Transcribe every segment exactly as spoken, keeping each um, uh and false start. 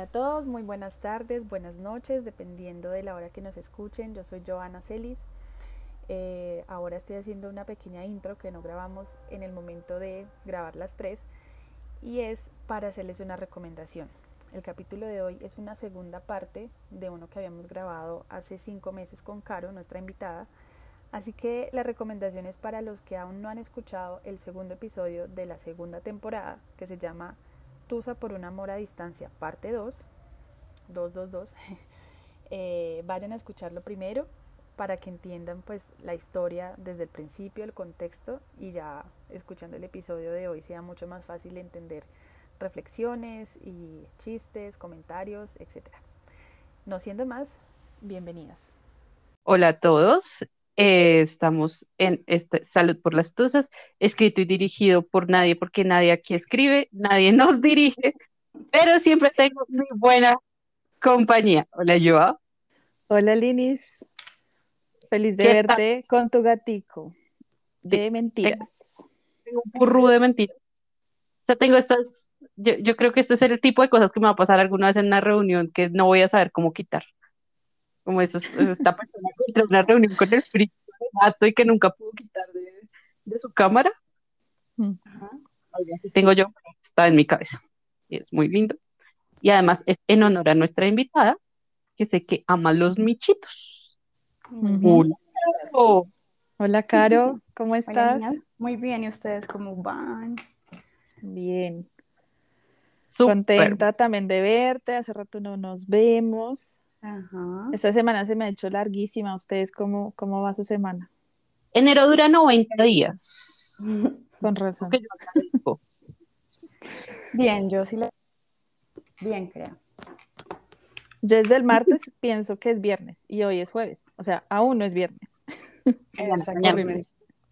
Hola a todos, muy buenas tardes, buenas noches, dependiendo de la hora que nos escuchen. Yo soy Joana Celis. Eh, ahora estoy haciendo una pequeña intro que no grabamos en el momento de grabar las tres y es para hacerles una recomendación. El capítulo de hoy es una segunda parte de uno que habíamos grabado hace cinco meses con Caro, nuestra invitada. Así que la recomendación es para los que aún no han escuchado el segundo episodio de la segunda temporada, que se llama Tusa por un amor a distancia, parte dos, dos dos dos. Eh, vayan a escucharlo primero para que entiendan pues la historia desde el principio, el contexto, y ya escuchando el episodio de hoy sea mucho más fácil entender reflexiones y chistes, comentarios, etcétera. No siendo más, bienvenidas. Hola a todos. Eh, estamos en este Salud por las Tusas, escrito y dirigido por nadie, porque nadie aquí escribe, nadie nos dirige, pero siempre tengo muy buena compañía. Hola, Joa. Hola Linis, feliz de ¿Qué tal? verte con tu gatico Sí, de tengo, mentiras. tengo un purrú de mentiras. O sea, tengo estas, yo, yo creo que este es el tipo de cosas que me va a pasar alguna vez en una reunión que no voy a saber cómo quitar. Como esos, esta persona que entró a una reunión con el espíritu de gato y que nunca pudo quitar de, de su cámara. Mm. Algo así tengo yo, pero está en mi cabeza. Y es muy lindo. Y además es en honor a nuestra invitada, que sé que ama los michitos. Uh -huh. Hola. Oh, Hola Caro, ¿cómo Hola estás? niñas, muy bien, ¿y ustedes cómo van? Bien, súper. contenta también de verte, hace rato no nos vemos. Ajá. Esta semana se me ha hecho larguísima. ¿Ustedes cómo, cómo va su semana? Enero dura noventa días. Con Lo que razón. yo agradezco. Bien, yo sí la... Bien, creo. Yo desde el martes pienso que es viernes y hoy es jueves. O sea, aún no es viernes. Mañana, mañana. Horrible. Exactamente.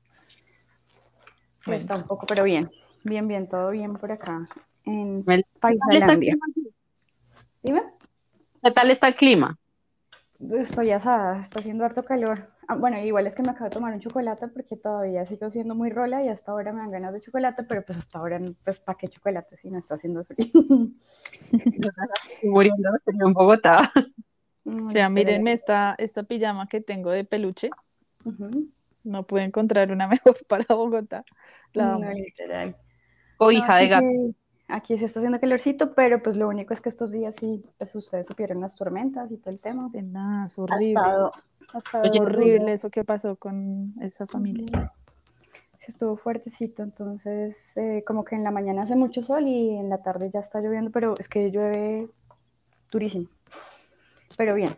Sí, Bueno, está un poco, pero bien. Bien, bien, todo bien por acá en ¿Qué tal está el Paisalandia. clima? Dime. ¿Qué tal está el clima? Estoy asada, está haciendo harto calor. Ah, bueno, igual es que me acabo de tomar un chocolate porque todavía sigo siendo muy rola y hasta ahora me dan ganas de chocolate, pero pues hasta ahora, pues, ¿para qué chocolate si no está haciendo frío? Yo estoy muriendo de frío en Bogotá. o No, sea, literal. mírenme esta, esta pijama que tengo de peluche. Uh-huh. No pude encontrar una mejor para Bogotá. La No, amo. literal. O No, hija de aquí gato. sí, aquí sí está haciendo calorcito, pero pues lo único es que estos días sí, pues ustedes supieron las tormentas y todo el tema. De nada, es Ha horrible. estado, ha estado Oye, Horrible duro. eso que pasó con esa familia. Uh-huh. Sí, estuvo fuertecito, entonces eh, como que en la mañana hace mucho sol y en la tarde ya está lloviendo, pero es que llueve durísimo. Pero bien,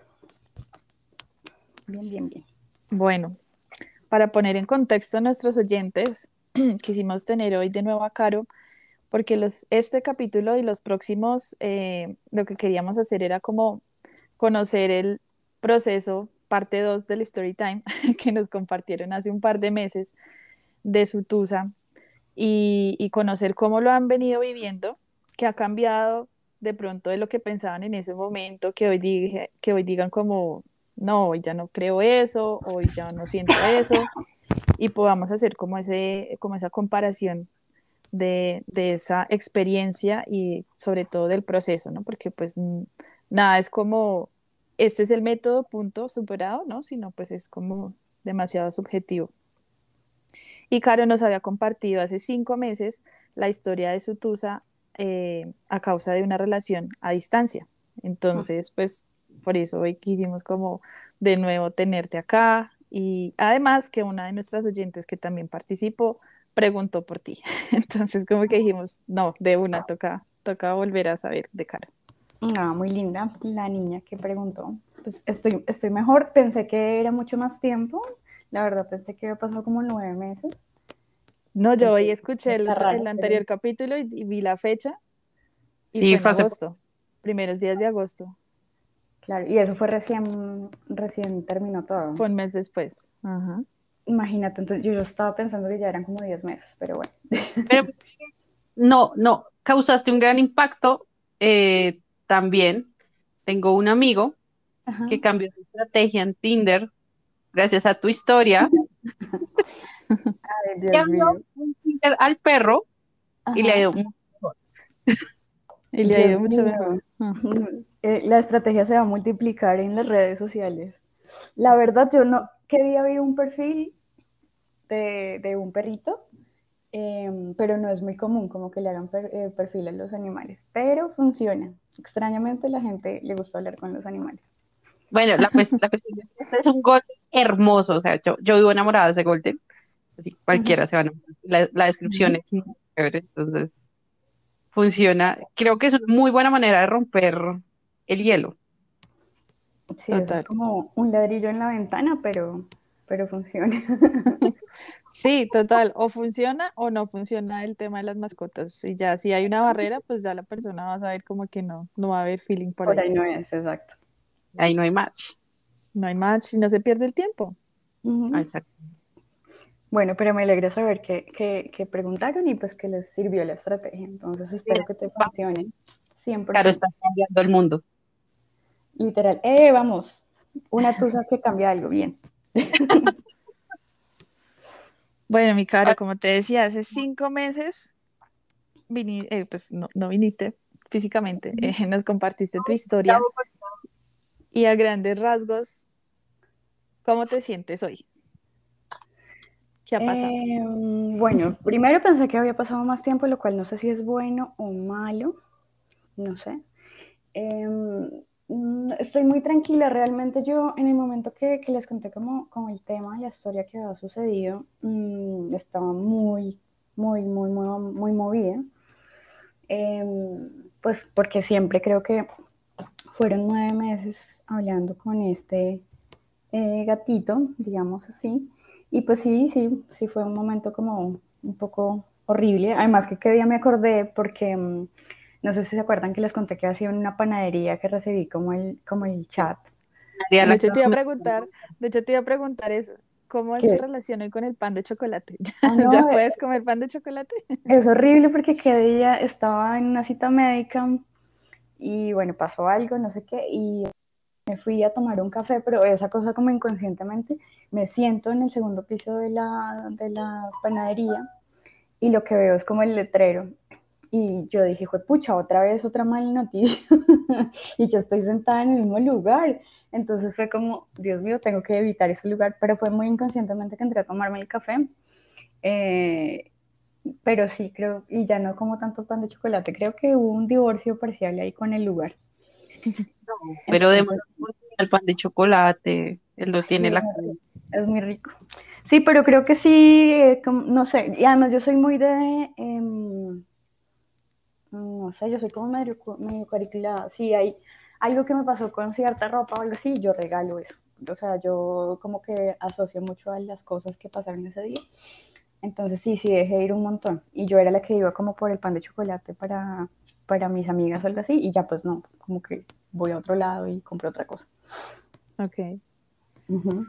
bien, bien, bien. Bueno, para poner en contexto a nuestros oyentes, quisimos tener hoy de nuevo a Caro, porque los, este capítulo y los próximos, eh, lo que queríamos hacer era como conocer el proceso, parte dos del story time que nos compartieron hace un par de meses de su tusa y, y conocer cómo lo han venido viviendo, que ha cambiado de pronto de lo que pensaban en ese momento, que hoy, dije, que hoy digan como, no, hoy ya no creo eso, hoy ya no siento eso, y podamos hacer como, ese, como esa comparación de, de esa experiencia y sobre todo del proceso, ¿no? Porque pues n- nada es como, este es el método, punto, superado, ¿no? Sino pues es como demasiado subjetivo. Y Caro nos había compartido hace cinco meses la historia de su tusa eh, a causa de una relación a distancia. Entonces, pues por eso hoy quisimos como de nuevo tenerte acá y además que una de nuestras oyentes que también participó preguntó por ti. Entonces, como que dijimos, no, de una toca, toca volver a saber de Caro. Ah, muy linda la niña que preguntó. Pues estoy, estoy mejor, pensé que era mucho más tiempo, la verdad pensé que había pasado como nueve meses. No, yo hoy Entonces, escuché el, está el raro, pero anterior capítulo y, y vi la fecha y Sí, fue en fue hace poco. agosto, primeros días de agosto. claro, y eso fue recién, recién terminó todo. Fue un mes después. Ajá. Imagínate, entonces yo, yo estaba pensando que ya eran como diez meses, pero bueno. Pero no, no, causaste un gran impacto. Eh, también tengo un amigo Ajá. que cambió de estrategia en Tinder gracias a tu historia. Ay, Le Dios habló mío. un Tinder al perro y le Ajá. dio un... Y le ha Dios ido mucho mío. mejor. Eh, la estrategia se va a multiplicar en las redes sociales. La verdad, yo no, ¿qué día vi un perfil de, de un perrito? Eh, pero no es muy común como que le hagan per, eh, perfil a los animales, pero funciona. Extrañamente la gente le gusta hablar con los animales. Bueno, la, pues, la cuestión es que este es un golden hermoso, o sea, yo, yo vivo enamorada de ese golden, así cualquiera Uh-huh. se va a enamorar. La, la descripción Uh-huh. es muy chévere, entonces funciona. Creo que es una muy buena manera de romper el hielo. Sí, eso es Total. como un ladrillo en la ventana, pero, pero funciona. Sí, total. O funciona o no funciona el tema de las mascotas. Y ya si hay una barrera, pues ya la persona va a saber como que no, no va a haber feeling por Por ahí. ahí no es, exacto. Ahí no hay match. No hay match y no se pierde el tiempo. Uh-huh. Exacto. Bueno, pero me alegra saber que, que, que preguntaron y pues que les sirvió la estrategia. Entonces espero que te Va, funcione cien por claro, ciento. está cambiando el mundo. Literal. ¡Eh, vamos! Una tusa que cambia algo, bien. Bueno, mi Ah, Caro, como te decía, hace cinco meses vini- eh, pues no, no viniste físicamente, eh, nos compartiste tu historia y a grandes rasgos, ¿cómo te sientes hoy? ¿Qué ha pasado? Eh, bueno, primero pensé que había pasado más tiempo, lo cual no sé si es bueno o malo, no sé. Eh, mm, estoy muy tranquila, realmente yo en el momento que, que les conté como, como el tema, la historia que había sucedido, mm, estaba muy, muy, muy, muy, muy movida. Eh, pues porque siempre creo que fueron nueve meses hablando con este eh, gatito, digamos así. Y pues sí, sí, sí fue un momento como un poco horrible. Además que qué día me acordé porque um, no sé si se acuerdan que les conté que hacía en una panadería que recibí como el, como el chat. María, De la hecho, te iba a que- preguntar, de hecho, te iba a preguntar eso, ¿cómo es tu Que, relación hoy con el pan de chocolate? ah, ¿Ya, ya no, puedes comer pan de chocolate? es horrible porque qué día estaba en una cita médica y bueno, pasó algo, no sé qué, y me fui a tomar un café, pero esa cosa como inconscientemente, me siento en el segundo piso de la, de la panadería y lo que veo es como el letrero. Y yo dije, pucha, otra vez otra mala noticia. Y yo estoy sentada en el mismo lugar. Entonces fue como, Dios mío, tengo que evitar ese lugar. Pero fue muy inconscientemente que entré a tomarme el café. Eh, pero sí, creo, y ya no como tanto pan de chocolate. Creo que hubo un divorcio parcial ahí con el lugar. no, pero además Entonces, el pan de chocolate, él lo sí, tiene es la... muy rico. Es muy rico. Sí, pero creo que sí, eh, como, no sé. Y además yo soy muy de... Eh, no sé, yo soy como medio, medio cariculada. Si hay algo que me pasó con cierta ropa o algo así, yo regalo eso. O sea, yo como que asocio mucho a las cosas que pasaron ese día. Entonces sí, sí, dejé ir un montón. Y yo era la que iba como por el pan de chocolate para, para mis amigas o algo así. Y ya pues no, como que voy a otro lado y compro otra cosa. Ok. Uh-huh.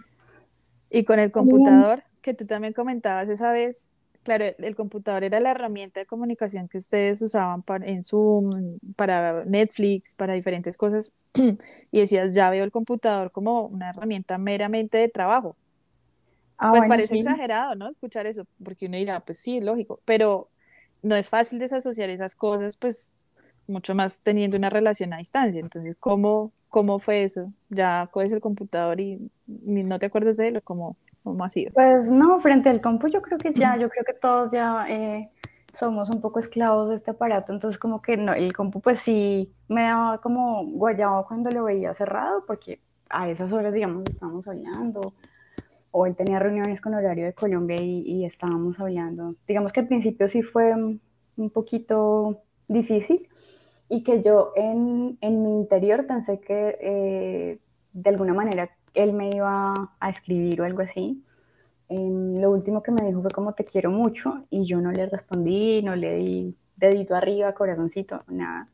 Y con el Um, computador, que tú también comentabas esa vez, claro, el computador era la herramienta de comunicación que ustedes usaban para, en Zoom, para Netflix, para diferentes cosas, y decías, ya veo el computador como una herramienta meramente de trabajo. ah, Pues bueno, parece sí. exagerado, ¿no? Escuchar eso, porque uno dirá, pues sí, lógico, pero no es fácil desasociar esas cosas, pues mucho más teniendo una relación a distancia. Entonces, ¿cómo, cómo fue eso? ¿Ya coges el computador y ni- no te acuerdas de él o cómo, cómo ha sido? Pues no, frente al compu yo creo que ya, yo creo que todos ya eh, somos un poco esclavos de este aparato, entonces como que no, el compu pues sí me daba como guayabo cuando lo veía cerrado, porque a esas horas, digamos, estábamos hablando, o él tenía reuniones con horario de Colombia y, y estábamos hablando. Digamos que al principio sí fue un poquito difícil y que yo en, en mi interior pensé que eh, de alguna manera él me iba a escribir o algo así. Eh, lo último que me dijo fue como te quiero mucho y yo no le respondí, no le di dedito arriba, corazoncito, nada.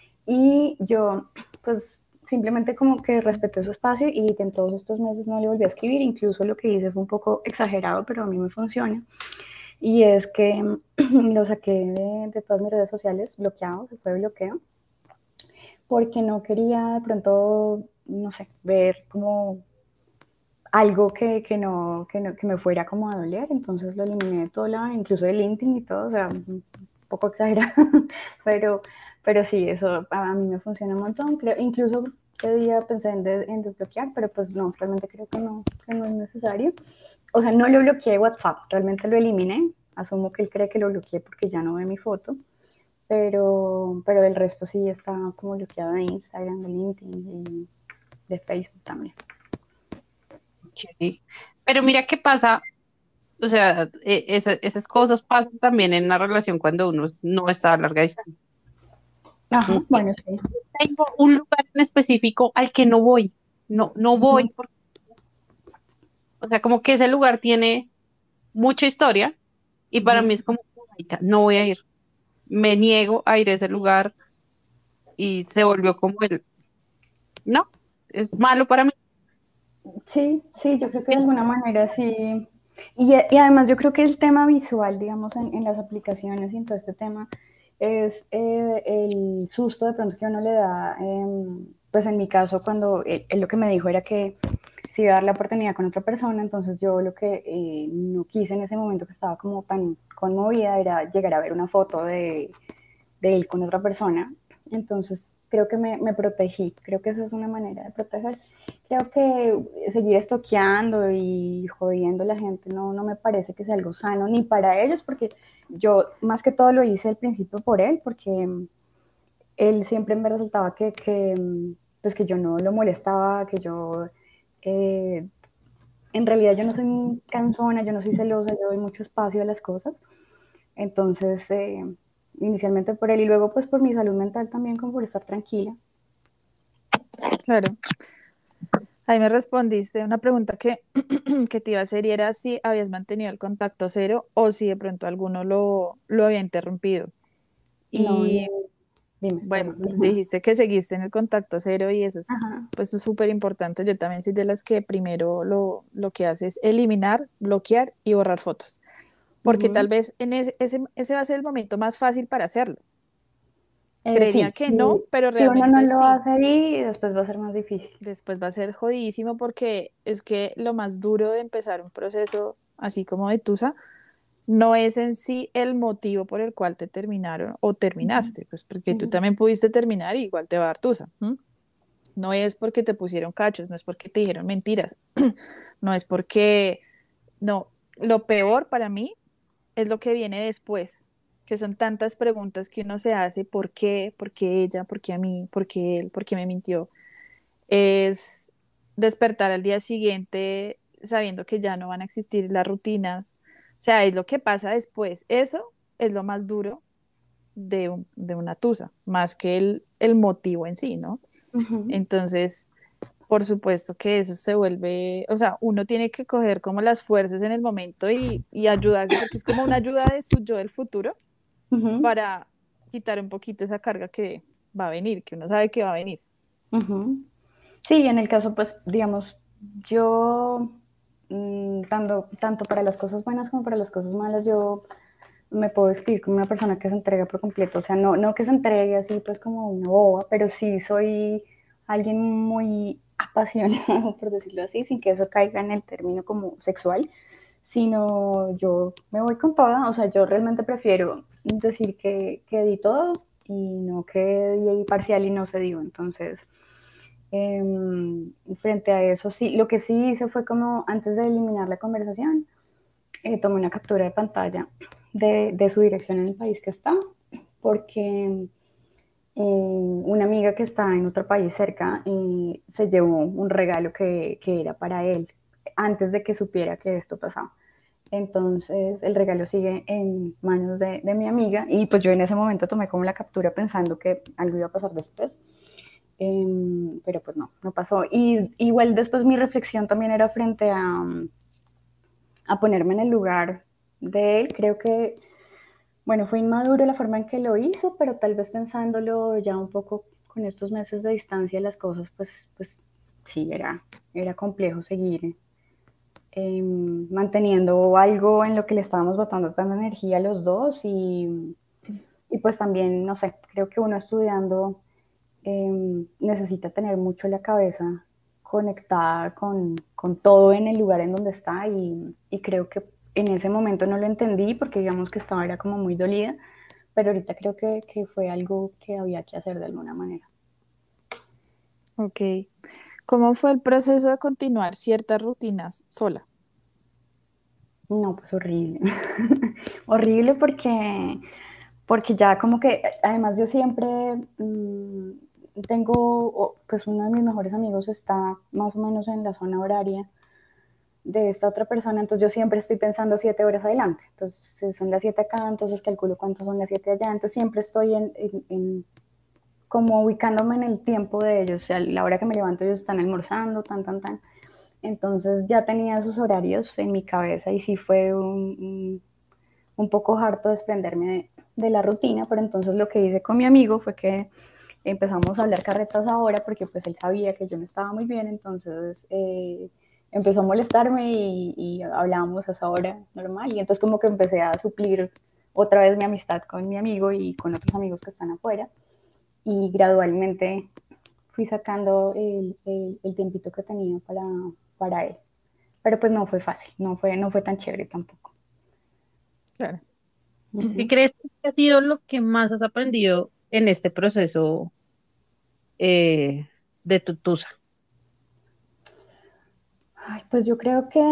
Y yo pues simplemente como que respeté su espacio y en todos estos meses no le volví a escribir, incluso lo que hice fue un poco exagerado, pero a mí me funciona. Y es que lo saqué de, de todas mis redes sociales, bloqueado, se fue bloqueo, porque no quería de pronto, no sé, ver como algo que, que, no, que, no, que me fuera como a doler, entonces lo eliminé de todo lado, incluso de LinkedIn y todo, o sea, un poco exagerado, pero, Pero sí, eso a mí me funciona un montón. Creo, incluso ese día pensé en, de, en desbloquear, pero pues no, realmente creo que no, que no es necesario. O sea, no lo bloqueé de WhatsApp, realmente lo eliminé. Asumo que él cree que lo bloqueé porque ya no ve mi foto. Pero, pero el resto sí está como bloqueado de Instagram, de LinkedIn y de Facebook también. Ok. Pero mira qué pasa, o sea, e- esa- esas cosas pasan también en una relación cuando uno no está a larga distancia. Ajá, Mm, eh, bueno, sí. Tengo un lugar en específico al que no voy, no, no voy, Ujú. porque, o sea, como que ese lugar tiene mucha historia y para mí Ujú. es como, "Marica, no voy a ir, me niego a ir a ese lugar y se volvió como el, no, es malo para mí. Sí, sí, yo creo que de alguna manera sí. Y, y además yo creo que el tema visual, digamos, en, en las aplicaciones y en todo este tema, es eh, el susto de pronto que uno le da, eh, pues en mi caso, cuando él, él, lo que me dijo era que si iba a dar la oportunidad con otra persona, entonces yo lo que eh, no quise en ese momento que estaba como tan conmovida era llegar a ver una foto de, de él con otra persona. Entonces creo que me, me protegí, creo que esa es una manera de protegerse. Creo que seguir estoqueando y jodiendo a la gente no, no me parece que sea algo sano, ni para ellos, porque yo más que todo lo hice al principio por él, porque él siempre me resultaba que, que, pues que yo no lo molestaba, que yo, eh, en realidad yo no soy cansona, yo no soy celosa, yo doy mucho espacio a las cosas. Entonces, eh, inicialmente por él y luego pues por mi salud mental también, como por estar tranquila. Claro. Ahí me respondiste una pregunta que, que te iba a hacer y era si habías mantenido el contacto cero o si de pronto alguno lo, lo había interrumpido. No, ni, Y dime, bueno, perdón. pues dijiste que seguiste en el contacto cero y eso es Ajá. pues súper importante. Yo también soy de las que primero lo, lo que hace es eliminar, bloquear y borrar fotos, porque tal Uh-huh. vez en ese, ese, ese va a ser el momento más fácil para hacerlo. Eh, Creería sí, que no, sí, pero si uno no realmente lo sí. hace ahí, después va a ser más difícil. Después va a ser jodidísimo porque es que lo más duro de empezar un proceso así como de Tusa no es en sí el motivo por el cual te terminaron o Uh-huh. terminaste, pues porque tú Uh-huh. también pudiste terminar y igual te va a dar Tusa. ¿M? No es porque te pusieron cachos, no es porque te dijeron mentiras, no es porque, no, lo peor para mí es lo que viene después, que son tantas preguntas que uno se hace, ¿por qué? ¿Por qué ella? ¿Por qué a mí? ¿Por qué él? ¿Por qué me mintió? Es despertar al día siguiente sabiendo que ya no van a existir las rutinas. O sea, es lo que pasa después. Eso es lo más duro de, un, de una tusa, más que el, el motivo en sí, ¿no? Uh-huh. Entonces, por supuesto que eso se vuelve, o sea, uno tiene que coger como las fuerzas en el momento y, y ayudarse, porque es como una ayuda de su yo del futuro Uh-huh. para quitar un poquito esa carga que va a venir, que uno sabe que va a venir. Uh-huh. Sí, en el caso, pues, digamos, yo, mmm, tanto, tanto para las cosas buenas como para las cosas malas, yo me puedo describir como una persona que se entrega por completo. O sea, no, no que se entregue así, pues, como una boba, pero sí soy alguien muy apasionado, por decirlo así, sin que eso caiga en el término como sexual, sino yo me voy con toda. O sea, yo realmente prefiero decir que, que di todo y no que di parcial y no se dio. Entonces, eh, frente a eso, sí, lo que sí hice fue como antes de eliminar la conversación, eh, tomé una captura de pantalla de, de, su dirección en el país que está, porque eh, una amiga que está en otro país cerca eh, se llevó un regalo que, que era para él antes de que supiera que esto pasaba. Entonces el regalo sigue en manos de, de mi amiga y pues yo en ese momento tomé como la captura pensando que algo iba a pasar después. Eh, pero pues no, no pasó. Y igual después mi reflexión también era frente a, a ponerme en el lugar de él. Creo que, bueno, fue inmaduro la forma en que lo hizo, pero tal vez pensándolo ya un poco con estos meses de distancia, las cosas, pues, pues sí, era, era complejo seguir eh, manteniendo algo en lo que le estábamos botando tanta energía a los dos y, y pues también, no sé, creo que uno estudiando eh, necesita tener mucho la cabeza conectada con, con, todo en el lugar en donde está y, y, creo que en ese momento no lo entendí porque digamos que estaba era como muy dolida, pero ahorita creo que, que fue algo que había que hacer de alguna manera. Ok. ¿Cómo fue el proceso de continuar ciertas rutinas sola? No, pues horrible. Horrible porque, porque ya como que, además yo siempre mmm, tengo, pues uno de mis mejores amigos está más o menos en la zona horaria de esta otra persona, entonces yo siempre estoy pensando siete horas adelante, entonces son las siete acá, entonces calculo cuántos son las siete allá, entonces siempre estoy en, en, en como ubicándome en el tiempo de ellos, o sea, a la hora que me levanto ellos están almorzando, tan, tan, tan, entonces ya tenía esos horarios en mi cabeza y sí fue un, un, un poco harto desprenderme de, de la rutina, pero entonces lo que hice con mi amigo fue que empezamos a hablar carretas ahora porque pues él sabía que yo no estaba muy bien, entonces eh, empezó a molestarme y, y hablábamos a esa hora normal y entonces como que empecé a suplir otra vez mi amistad con mi amigo y con otros amigos que están afuera y gradualmente fui sacando el, el, el tiempito que tenía para, para él. Pero pues no fue fácil, no fue, no fue tan chévere tampoco. Claro. ¿Qué Uh-huh. crees que ha sido lo que más has aprendido en este proceso eh, de tu tusa? Ay, pues yo creo que,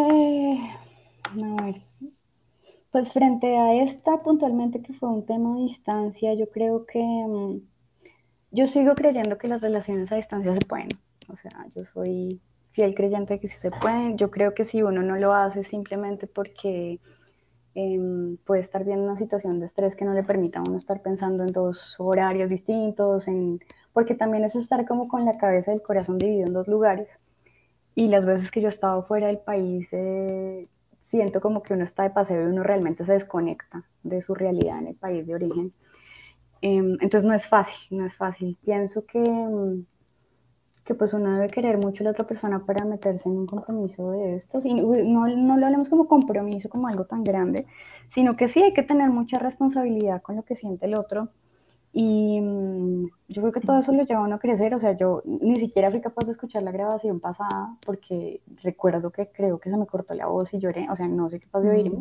a ver, pues frente a esta puntualmente que fue un tema de distancia, yo creo que um, yo sigo creyendo que las relaciones a distancia se pueden. O sea, yo soy fiel creyente de que sí se pueden. Yo creo que si uno no lo hace simplemente porque eh, puede estar viendo una situación de estrés que no le permita a uno estar pensando en dos horarios distintos, en, porque también es estar como con la cabeza y el corazón dividido en dos lugares. Y las veces que yo he estado fuera del país, eh, siento como que uno está de paseo y uno realmente se desconecta de su realidad en el país de origen. Eh, entonces no es fácil, no es fácil. Pienso que, que pues uno debe querer mucho a la otra persona para meterse en un compromiso de estos. Y no, no lo hablemos como compromiso, como algo tan grande, sino que sí hay que tener mucha responsabilidad con lo que siente el otro. Y mmm, yo creo que todo eso lo lleva a uno a crecer. O sea, yo ni siquiera fui capaz de escuchar la grabación pasada porque recuerdo que creo que se me cortó la voz y lloré. O sea, no soy capaz de oírme. Mm,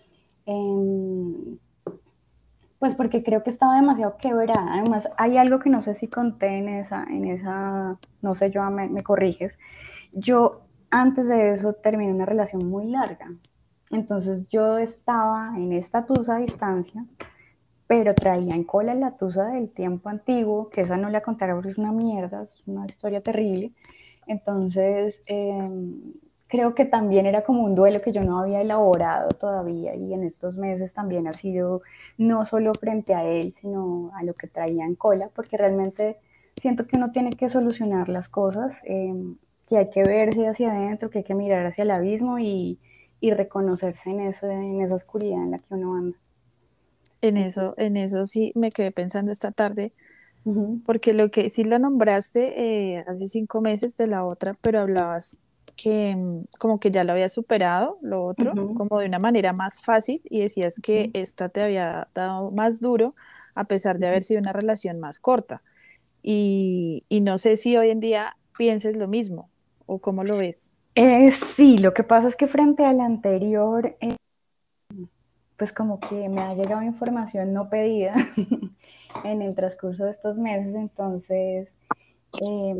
Eh, Pues porque creo que estaba demasiado quebrada. Además, hay algo que no sé si conté en esa, en esa, no sé, yo me, me corriges. Yo antes de eso terminé una relación muy larga. Entonces yo estaba en esta tusa a distancia, pero traía en cola la tusa del tiempo antiguo, que esa no la contaré porque es una mierda, es una historia terrible. Entonces, eh, creo que también era como un duelo que yo no había elaborado todavía y en estos meses también ha sido no solo frente a él, sino a lo que traía en cola, porque realmente siento que uno tiene que solucionar las cosas, eh, que hay que verse hacia adentro, que hay que mirar hacia el abismo y, y reconocerse en, ese, en esa oscuridad en la que uno anda. En eso, en eso sí me quedé pensando esta tarde, Uh-huh. porque lo que sí lo nombraste eh, hace cinco meses de la otra, pero hablabas que mm, como que ya lo había superado, lo otro, Uh-huh. como de una manera más fácil, y decías que Uh-huh. esta te había dado más duro a pesar de haber sido una relación más corta. Y, y no sé si hoy en día pienses lo mismo o cómo lo ves. Eh, sí, lo que pasa es que frente al anterior, eh, pues como que me ha llegado información no pedida en el transcurso de estos meses, entonces eh,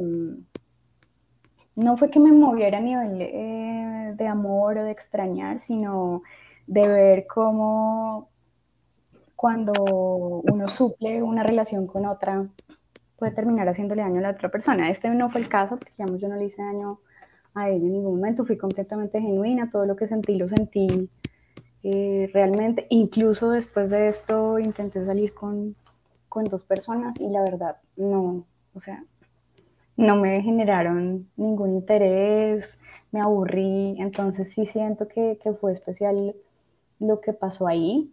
no fue que me moviera a nivel eh, de amor o de extrañar, sino de ver cómo cuando uno suple una relación con otra puede terminar haciéndole daño a la otra persona. Este no fue el caso, porque digamos yo no le hice daño a él en ningún momento, fui completamente genuina, todo lo que sentí lo sentí eh, realmente. Incluso después de esto intenté salir con, con dos personas y la verdad no, o sea, no me generaron ningún interés, me aburrí, entonces sí siento que, que fue especial lo que pasó ahí.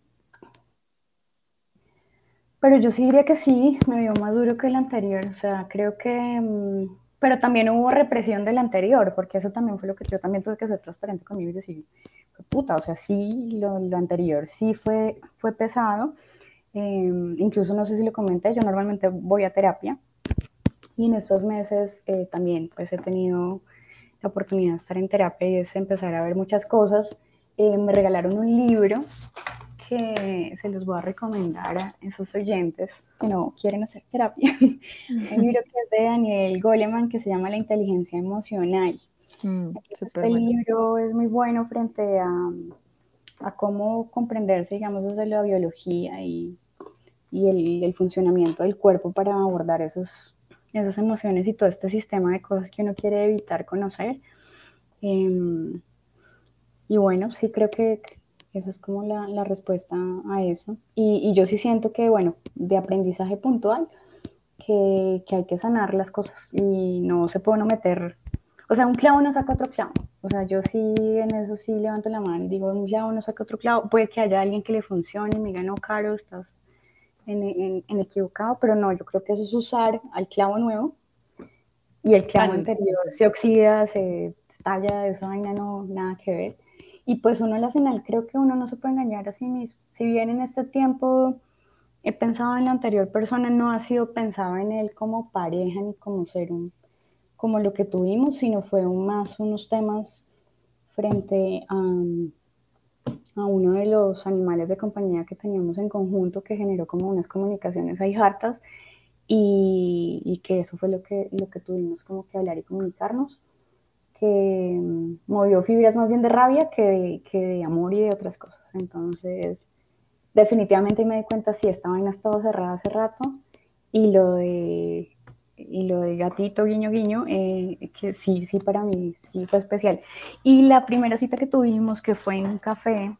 Pero yo sí diría que sí, me dio más duro que el anterior, o sea, creo que, mmm, pero también hubo represión del anterior, porque eso también fue lo que yo también tuve que ser transparente conmigo y decir, puta, o sea, sí, lo, lo anterior sí fue, fue pesado, eh, incluso no sé si lo comenté, yo normalmente voy a terapia y en estos meses eh, también pues he tenido la oportunidad de estar en terapia y es empezar a ver muchas cosas. Eh, me regalaron un libro que se los voy a recomendar a esos oyentes que no quieren hacer terapia. Un libro que es de Daniel Goleman que se llama La inteligencia emocional. Mm, Este bueno. libro es muy bueno frente a, a cómo comprenderse, digamos, desde la biología y, y el, el funcionamiento del cuerpo para abordar esos, esas emociones y todo este sistema de cosas que uno quiere evitar conocer. Eh, y bueno, sí creo que esa es como la, la respuesta a eso. Y, y, yo sí siento que, bueno, de aprendizaje puntual, que, que hay que sanar las cosas y no se puede uno meter, o sea, un clavo no saca otro clavo. O sea, yo sí en eso sí levanto la mano y digo, un clavo no saca otro clavo. Puede que haya alguien que le funcione y me diga, no, Caro, estás en, en, en equivocado, pero no, yo creo que eso es usar al clavo nuevo y el clavo Al- anterior se oxida, se talla, esa vaina no, nada que ver. Y pues uno a la final creo que uno no se puede engañar a sí mismo. Si bien en este tiempo he pensado en la anterior persona, no ha sido pensado en él como pareja ni como ser un, como lo que tuvimos, sino fue un, más unos temas frente a, a uno de los animales de compañía que teníamos en conjunto que generó como unas comunicaciones ahí hartas y, y que eso fue lo que, lo que tuvimos como que hablar y comunicarnos, que um, movió fibras más bien de rabia que de, que de amor y de otras cosas. Entonces, definitivamente me di cuenta si sí, esta vaina estaba cerrada hace rato y lo de y lo de gatito guiño guiño eh, que sí sí para mí sí fue especial. Y la primera cita que tuvimos que fue en un café,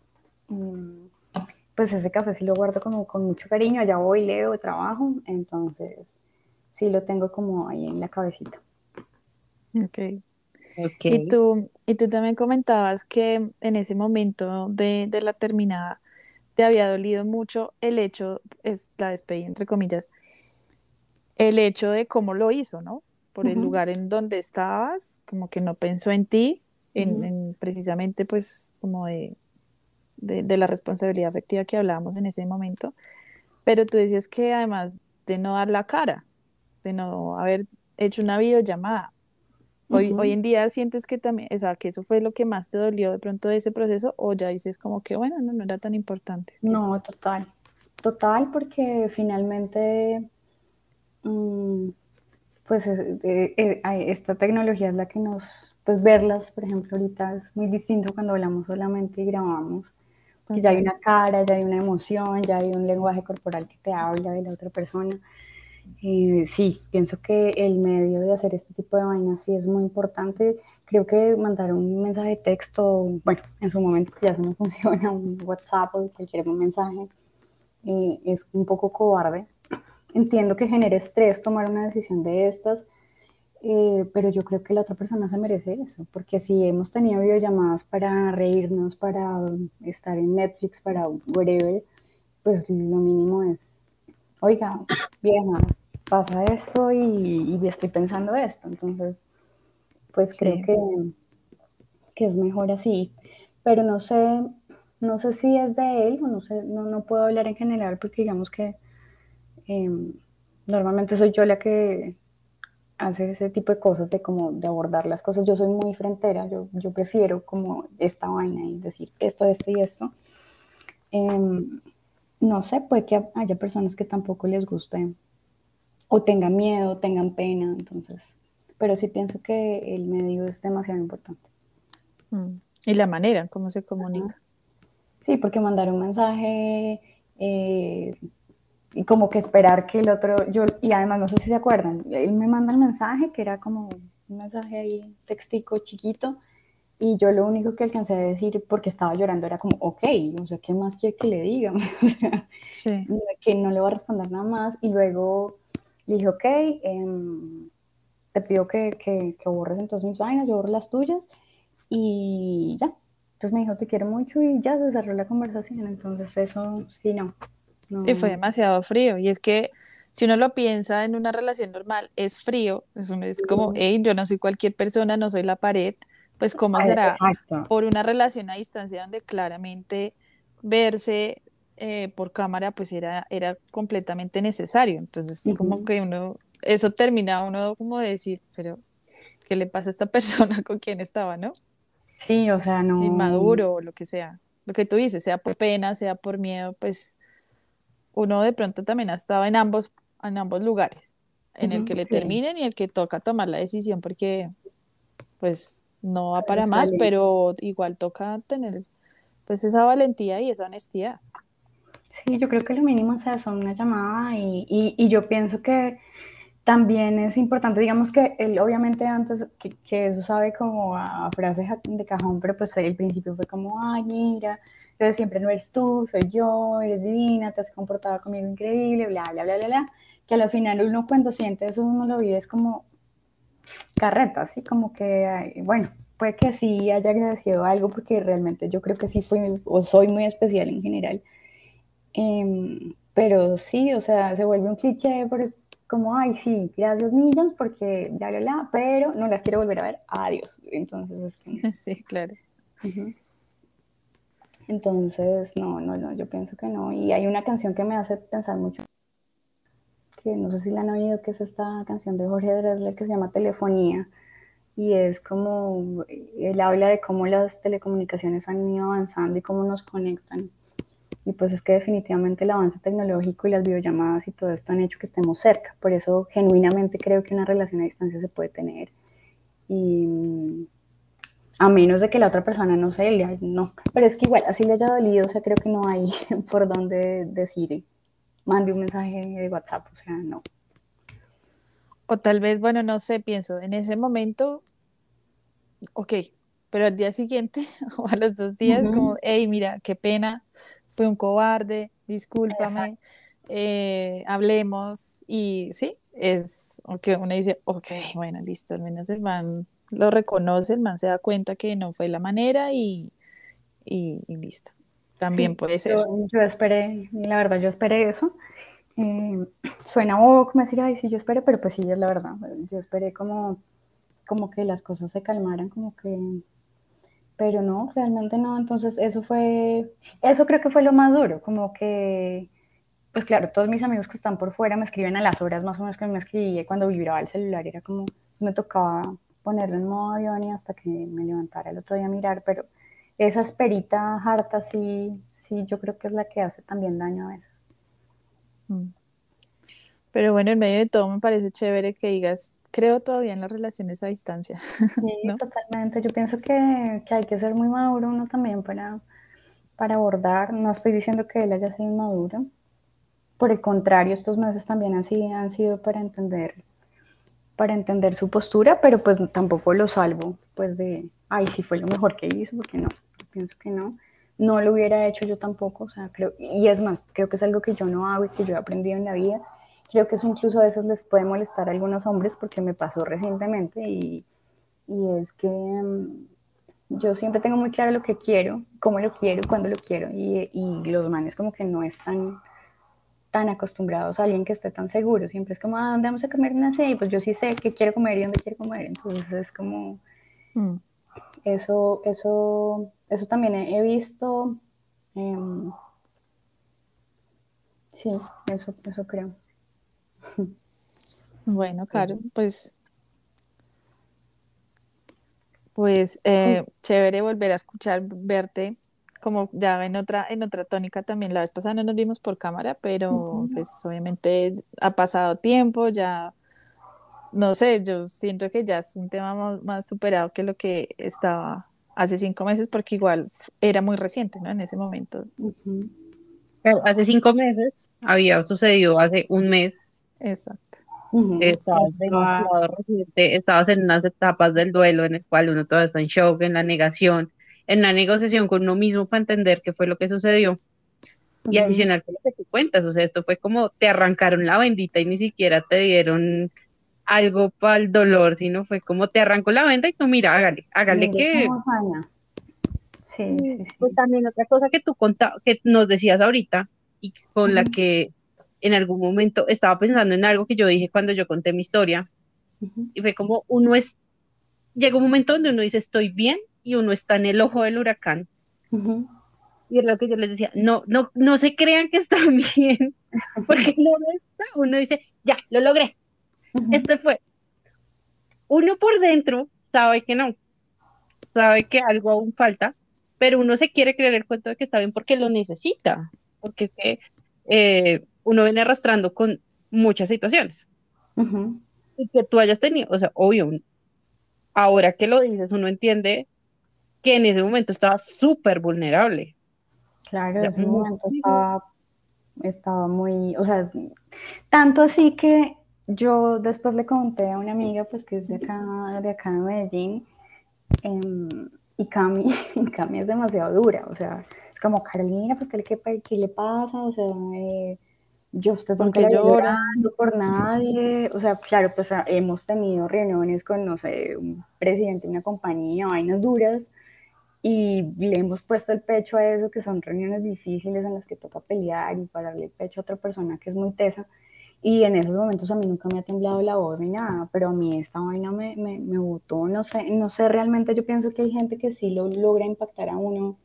pues ese café sí lo guardo como con mucho cariño, allá voy, leo, trabajo, entonces sí lo tengo como ahí en la cabecita. Ok. Ok. Y tú, y tú también comentabas que en ese momento de, de la terminada te había dolido mucho el hecho, es la despedida entre comillas, el hecho de cómo lo hizo, ¿no? Por el Uh-huh, lugar en donde estabas, como que no pensó en ti, en, uh-huh. en precisamente pues como de, de, de la responsabilidad afectiva que hablábamos en ese momento, pero tú decías que además de no dar la cara, de no haber hecho una videollamada, hoy, hoy Uh-huh. en día sientes que también, o sea, que eso fue lo que más te dolió de pronto de ese proceso, o ya dices como que bueno, no, no era tan importante. No, total, total, porque finalmente um, pues eh, eh, eh, esta tecnología es la que nos, pues verlas, por ejemplo, ahorita es muy distinto cuando hablamos solamente y grabamos, que ya hay Total. una cara, ya hay una emoción, ya hay un lenguaje corporal que te habla de la otra persona. Eh, sí, pienso que el medio de hacer este tipo de vainas sí es muy importante. Creo que mandar un mensaje de texto, bueno, en su momento que ya eso no funciona, un WhatsApp o cualquier mensaje, eh, es un poco cobarde. Entiendo que genere estrés tomar una decisión de estas, eh, pero yo creo que la otra persona se merece eso, porque si hemos tenido videollamadas para reírnos, para estar en Netflix, para whatever, pues lo mínimo es, oiga, vieja, pasa esto y, y estoy pensando esto, entonces, pues creo Sí. que, que es mejor así, pero no sé, no sé si es de él, o no sé, no, no puedo hablar en general, porque digamos que eh, normalmente soy yo la que hacer ese tipo de cosas, de como de abordar las cosas. Yo soy muy frentera, yo, yo prefiero como esta vaina y decir esto, esto y esto. Eh, no sé, puede que haya personas que tampoco les guste o tengan miedo, tengan pena, entonces, pero sí pienso que el medio es demasiado importante. Mm. Y la manera en cómo se Ajá. comunica. Sí, porque mandar un mensaje eh, y como que esperar que el otro, yo, y además no sé si se acuerdan, él me manda el mensaje que era como un mensaje ahí, textico chiquito, y yo lo único que alcancé a decir, porque estaba llorando, era como, ok, o sea, ¿qué más quiere que le diga? O sea, Sí. que no le voy a responder nada más. Y luego le dije, ok, eh, te pido que, que, que borres entonces mis vainas, yo borro las tuyas, y ya. Entonces me dijo, te quiero mucho, y ya se cerró la conversación. Entonces eso, sí, no, Sí, fue no. demasiado frío. Y es que si uno lo piensa en una relación normal, es frío. Es, un- es como, hey, yo no soy cualquier persona, no soy la pared. Pues, ¿cómo Ay, será exacto. por una relación a distancia donde claramente verse eh, por cámara, pues era, era completamente necesario? Entonces, como Uh-huh. que uno, eso termina uno como de decir, pero, ¿qué le pasa a esta persona con quien estaba, no? Sí, o sea, no. Inmaduro o lo que sea. lo que tú dices, sea por pena, sea por miedo, pues uno de pronto también ha estado en ambos, en ambos lugares, en el que Ujú, le sí, terminen y el que toca tomar la decisión porque pues no va para más, sale. pero igual toca tener pues esa valentía y esa honestidad. Sí, yo creo que lo mínimo es eso, una llamada y, y, y yo pienso que también es importante, digamos que él obviamente antes, que, que eso sabe como a, a frases de cajón, pero pues el principio fue como, ay, mira, lo de siempre no eres tú, soy yo, eres divina, te has comportado conmigo increíble, bla, bla, bla, bla, bla, que al final uno cuando siente eso, uno lo vive es como carreta, así como que, ay, bueno, puede que sí haya agradecido algo, porque realmente yo creo que sí fui o soy muy especial en general. Eh, pero sí, o sea, se vuelve un cliché, pero es como, ay, sí, gracias niños, porque ya, bla, bla, pero no las quiero volver a ver, adiós. Entonces es que, Sí, claro. uh-huh. Entonces, no, no, no, yo pienso que no. Y hay una canción que me hace pensar mucho, que no sé si la han oído, que es esta canción de Jorge Drexler que se llama Telefonía. Y es como, él habla de cómo las telecomunicaciones han ido avanzando y cómo nos conectan. Y pues es que definitivamente el avance tecnológico y las videollamadas y todo esto han hecho que estemos cerca. Por eso genuinamente creo que una relación a distancia se puede tener. Y a menos de que la otra persona no se le no. Pero es que igual, así le haya dolido, o sea, creo que no hay por dónde decir, mande un mensaje de WhatsApp, o sea, no. O tal vez, bueno, no sé, pienso, en ese momento, ok, pero al día siguiente o a los dos días, como, Uh-huh. hey, mira, qué pena, fui un cobarde, discúlpame, Exacto. eh, hablemos, y sí, es, que uno dice, ok, bueno, listo, al menos el man lo reconoce, el man se da cuenta que no fue la manera y, y, y listo, también Sí, puede ser. yo, yo esperé, la verdad, yo esperé eso. Eh, suena bobo como decir, ay, sí, yo esperé, pero pues sí, es la verdad. Yo esperé como, como que las cosas se calmaran, como que pero no, realmente no. Entonces, eso fue, eso creo que fue lo más duro, como que, pues claro, todos mis amigos que están por fuera me escriben a las horas más o menos que me escribía cuando vibraba el celular, era como, me tocaba ponerlo en modo avión y hasta que me levantara el otro día a mirar, pero esa esperita harta sí, sí, yo creo que es la que hace también daño a veces. Mm. Pero bueno, en medio de todo me parece chévere que digas, creo todavía en las relaciones a distancia, Sí, ¿no? totalmente. Yo pienso que, que hay que ser muy maduro uno también para, para abordar. No estoy diciendo que él haya sido inmaduro, por el contrario, estos meses también han sido, han sido para entender, para entender su postura, pero pues tampoco lo salvo, pues de, ay, sí fue lo mejor que hizo, porque no, yo pienso que no. No lo hubiera hecho yo tampoco, o sea, creo, y es más, creo que es algo que yo no hago y que yo he aprendido en la vida. Creo que eso incluso a veces les puede molestar a algunos hombres porque me pasó recientemente y, y es que um, yo siempre tengo muy claro lo que quiero, cómo lo quiero, cuándo lo quiero y, y los manes como que no están tan acostumbrados a alguien que esté tan seguro. Siempre es como, ah, ¿dónde vamos a comer? No sé, y pues yo sí sé qué quiero comer y dónde quiero comer. Entonces es como, Mm. eso, eso, eso también he, he visto. Eh, sí, eso, eso creo. Bueno, Caro, pues, pues eh, chévere volver a escuchar, verte como ya en otra, en otra tónica también. La vez pasada no nos vimos por cámara, pero Uh-huh. pues obviamente ha pasado tiempo, ya, no sé, yo siento que ya es un tema más, más superado que lo que estaba hace cinco meses, porque igual era muy reciente, ¿no? En ese momento. Uh-huh. Claro, hace cinco meses había sucedido hace un mes. Exacto. Uh-huh. Estabas Estaba, demasiado reciente, estabas en unas etapas del duelo en el cual uno todavía está en shock, en la negación, en la negociación con uno mismo para entender qué fue lo que sucedió. Y uh-huh. adicional con lo que tú cuentas, o sea, esto fue como te arrancaron la bendita y ni siquiera te dieron algo para el dolor, sino fue como te arrancó la venda y tú mira, hágale, hágale Mire que... cómo faña. Sí, Mm, sí, pues sí. también otra cosa que tú conta, que nos decías ahorita y con la Uh-huh. que en algún momento estaba pensando en algo que yo dije cuando yo conté mi historia, Uh-huh. y fue como uno es, llega un momento donde uno dice estoy bien y uno está en el ojo del huracán. Uh-huh. Y es lo que yo les decía, no, no, no se crean que están bien, porque no lo está. Uno dice, ya, lo logré, Uh-huh. este fue. Uno por dentro sabe que no, sabe que algo aún falta, pero uno se quiere creer el cuento de que está bien porque lo necesita, porque es que eh, uno viene arrastrando con muchas situaciones. Ujú. Y que tú hayas tenido, o sea, obvio, ahora que lo dices, uno entiende que en ese momento estaba súper vulnerable. O Claro, sea, ese momento muchísimo. estaba, estaba muy, o sea, tanto así que yo después le conté a una amiga, pues que es de acá, de acá de Medellín, em, y Cami, Cami es demasiado dura, o sea, es como, Carolina, pues ¿qué, qué, qué le pasa? O sea, eh, yo a usted nunca Porque la vi llora. llorando por nadie, o sea, claro, pues ah, hemos tenido reuniones con, no sé, un presidente de una compañía, vainas duras, y le hemos puesto el pecho a eso, que son reuniones difíciles en las que toca pelear y pararle el pecho a otra persona que es muy tesa. Y en esos momentos a mí nunca me ha temblado la voz ni nada, pero a mí esta vaina me, me, me botó, no sé, no sé, realmente yo pienso que hay gente que sí lo logra impactar a uno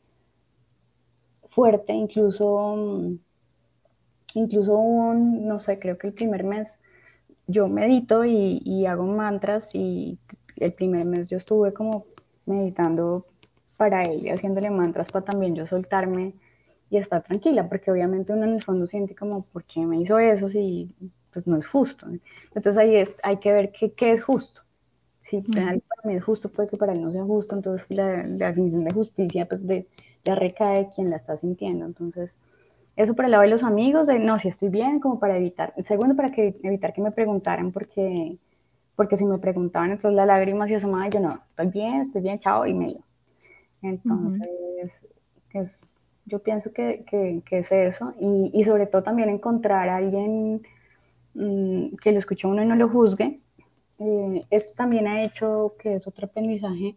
fuerte, incluso, mm, incluso un, no sé, creo que el primer mes yo medito y, y hago mantras y el primer mes yo estuve como meditando para él y haciéndole mantras para también yo soltarme y estar tranquila, porque obviamente uno en el fondo siente como, ¿por qué me hizo eso si pues no es justo? Entonces ahí es, hay que ver qué, qué es justo. Si para Ujú. mí es justo, puede que para él no sea justo, entonces la, la definición de justicia pues de, ya recae quien la está sintiendo. Entonces, eso por el lado de los amigos, de no, si estoy bien, como para evitar. Segundo, para que, evitar que me preguntaran, porque, porque si me preguntaban, entonces la lágrima se asomaba y yo no, estoy bien, estoy bien, chao, y me iba. Ujú. Entonces, es, yo pienso que, que, que es eso. Y, y, sobre todo también encontrar a alguien mmm, que lo escuche a uno y no lo juzgue. Eh, esto también ha hecho que es otro aprendizaje.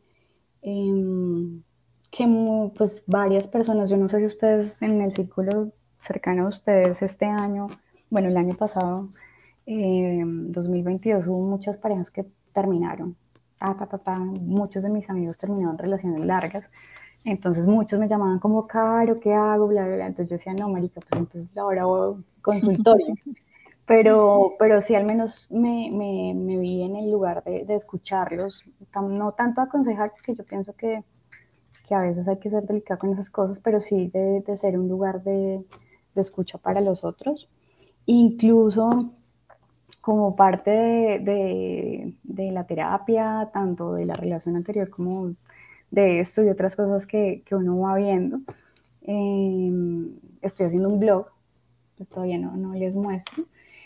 Eh, que pues varias personas, yo no sé si ustedes en el círculo cercano a ustedes este año, bueno, el año pasado, eh, dos mil veintidós, hubo muchas parejas que terminaron. Ta, ta, ta, ta. Muchos de mis amigos terminaron relaciones largas. Entonces muchos me llamaban como, Caro, ¿qué hago? Bla, bla, bla. Entonces yo decía, no, marica, pues entonces ahora voy consultorio. Pero, pero sí al menos me, me, me vi en el lugar de, de escucharlos, no tanto aconsejar, porque yo pienso que, que a veces hay que ser delicado con esas cosas, pero sí de, de ser un lugar de, de escucha para los otros. Incluso como parte de, de, de, la terapia, tanto de la relación anterior como de esto y otras cosas que, que uno va viendo. Eh, estoy haciendo un blog, pues todavía no, no les muestro,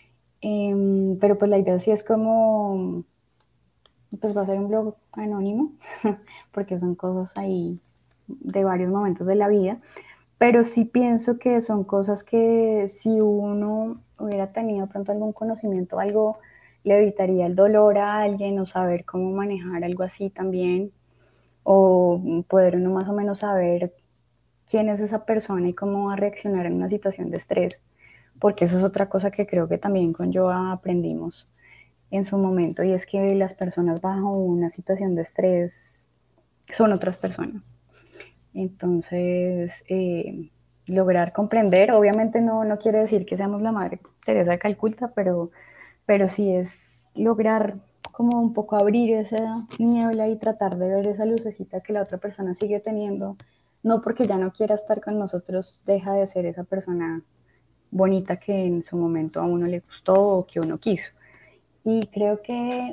eh, pero pues la idea sí es como, pues va a ser un blog anónimo, porque son cosas ahí de varios momentos de la vida, pero sí pienso que son cosas que si uno hubiera tenido pronto algún conocimiento, algo le evitaría el dolor a alguien o saber cómo manejar algo así también, o poder uno más o menos saber quién es esa persona y cómo va a reaccionar en una situación de estrés, porque eso es otra cosa que creo que también con Joa aprendimos en su momento, y es que las personas bajo una situación de estrés son otras personas. Entonces, eh, lograr comprender, obviamente no, no quiere decir que seamos la Madre Teresa de Calcuta, pero, pero sí es lograr como un poco abrir esa niebla y tratar de ver esa lucecita que la otra persona sigue teniendo, no porque ya no quiera estar con nosotros, deja de ser esa persona bonita que en su momento a uno le gustó o que uno quiso. Y creo que,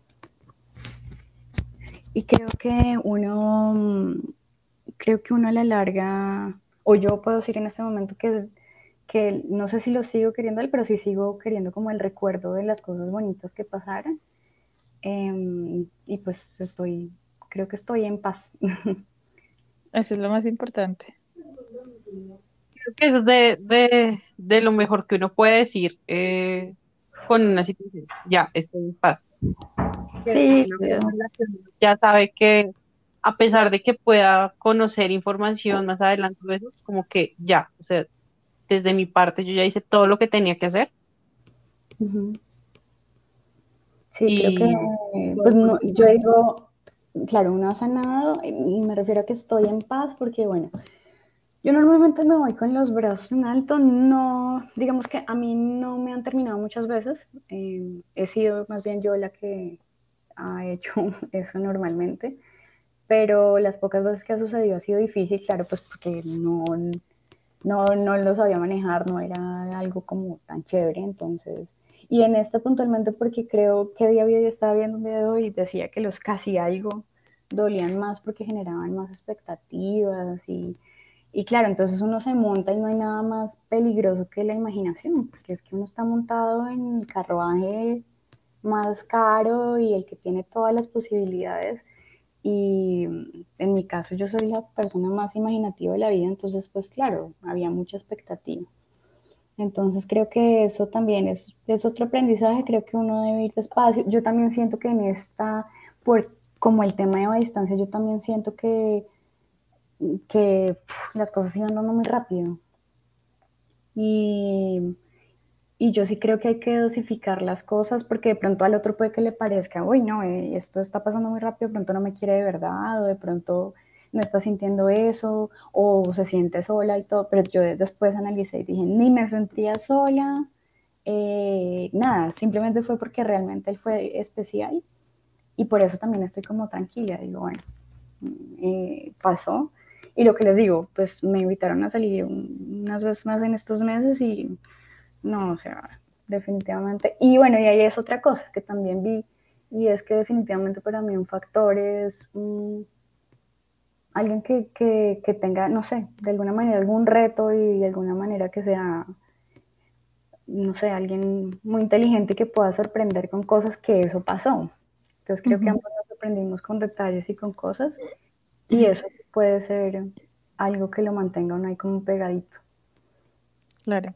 y creo que uno, creo que uno a la larga, o yo puedo decir en este momento que, que no sé si lo sigo queriendo él, pero sí sigo queriendo como el recuerdo de las cosas bonitas que pasaron. Eh, y pues estoy, creo que estoy en paz. Eso es lo más importante. Creo que eso es de, de, de lo mejor que uno puede decir eh, con una situación. Ya, estoy en paz. Que de Sí, alguna forma la persona ya sabe que a pesar de que pueda conocer información más adelante, de eso, como que ya, o sea, desde mi parte yo ya hice todo lo que tenía que hacer uh-huh. Sí, creo que, y pues podemos no, yo digo, claro, uno ha sanado, y me refiero a que estoy en paz porque, bueno, yo normalmente me voy con los brazos en alto, no, digamos que a mí no me han terminado muchas veces, eh, he sido más bien yo la que ha hecho eso normalmente, pero las pocas veces que ha sucedido ha sido difícil, claro, pues porque no, no, no lo sabía manejar, no era algo como tan chévere, entonces, y en esta puntualmente porque creo que día a día estaba viendo un video y decía que los casi algo dolían más porque generaban más expectativas y, y claro, entonces uno se monta y no hay nada más peligroso que la imaginación, porque es que uno está montado en el carruaje más caro y el que tiene todas las posibilidades y en mi caso yo soy la persona más imaginativa de la vida, entonces pues claro, había mucha expectativa. Entonces creo que eso también es, es otro aprendizaje, creo que uno debe ir despacio. Yo también siento que en esta, por como el tema de la distancia, yo también siento que, que uf, las cosas iban dando muy rápido. Y, y yo sí creo que hay que dosificar las cosas porque de pronto al otro puede que le parezca, uy, no, eh, esto está pasando muy rápido, de pronto no me quiere de verdad, o de pronto no está sintiendo eso, o se siente sola y todo, pero yo después analicé y dije, ni me sentía sola, eh, nada, simplemente fue porque realmente él fue especial y por eso también estoy como tranquila, digo, bueno, eh, pasó. Y lo que les digo, pues me invitaron a salir un, unas veces más en estos meses y no, o sea, definitivamente. Y bueno, y ahí es otra cosa que también vi, y es que definitivamente para mí un factor es um, alguien que, que, que, tenga, no sé, de alguna manera algún reto y de alguna manera que sea, no sé, alguien muy inteligente que pueda sorprender con cosas que eso pasó. Entonces creo uh-huh. que ambos nos sorprendimos con detalles y con cosas, y eso puede ser algo que lo mantenga uno ahí como pegadito. Claro.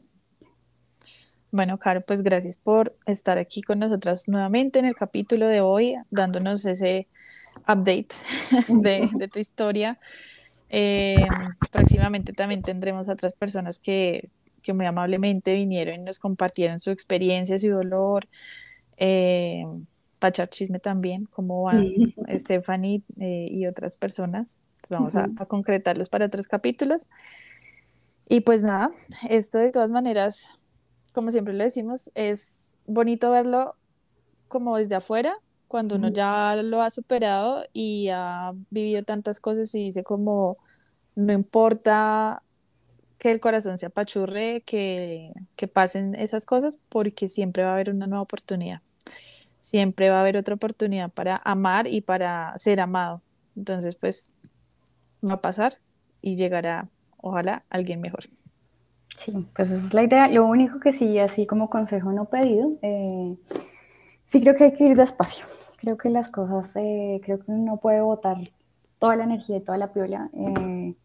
Bueno, Caro, pues gracias por estar aquí con nosotras nuevamente en el capítulo de hoy, dándonos ese update de, de tu historia. Eh, próximamente también tendremos a otras personas que, que muy amablemente vinieron y nos compartieron su experiencia, su dolor, eh, para echar chisme también, cómo van Stephanie eh, y otras personas. Entonces vamos uh-huh. a, a concretarlos para otros capítulos. Y pues nada, esto de todas maneras, como siempre lo decimos, es bonito verlo como desde afuera, cuando uno ya lo ha superado y ha vivido tantas cosas y dice como, no importa que el corazón se apachurre, que, que pasen esas cosas, porque siempre va a haber una nueva oportunidad. Siempre va a haber otra oportunidad para amar y para ser amado. Entonces, pues, va a pasar y llegará, ojalá, alguien mejor. Sí, pues esa es la idea. Lo único que sí, así como consejo no pedido, eh, sí creo que hay que ir despacio. Creo que las cosas, eh, creo que uno no puede botar toda la energía y toda la piola, eh,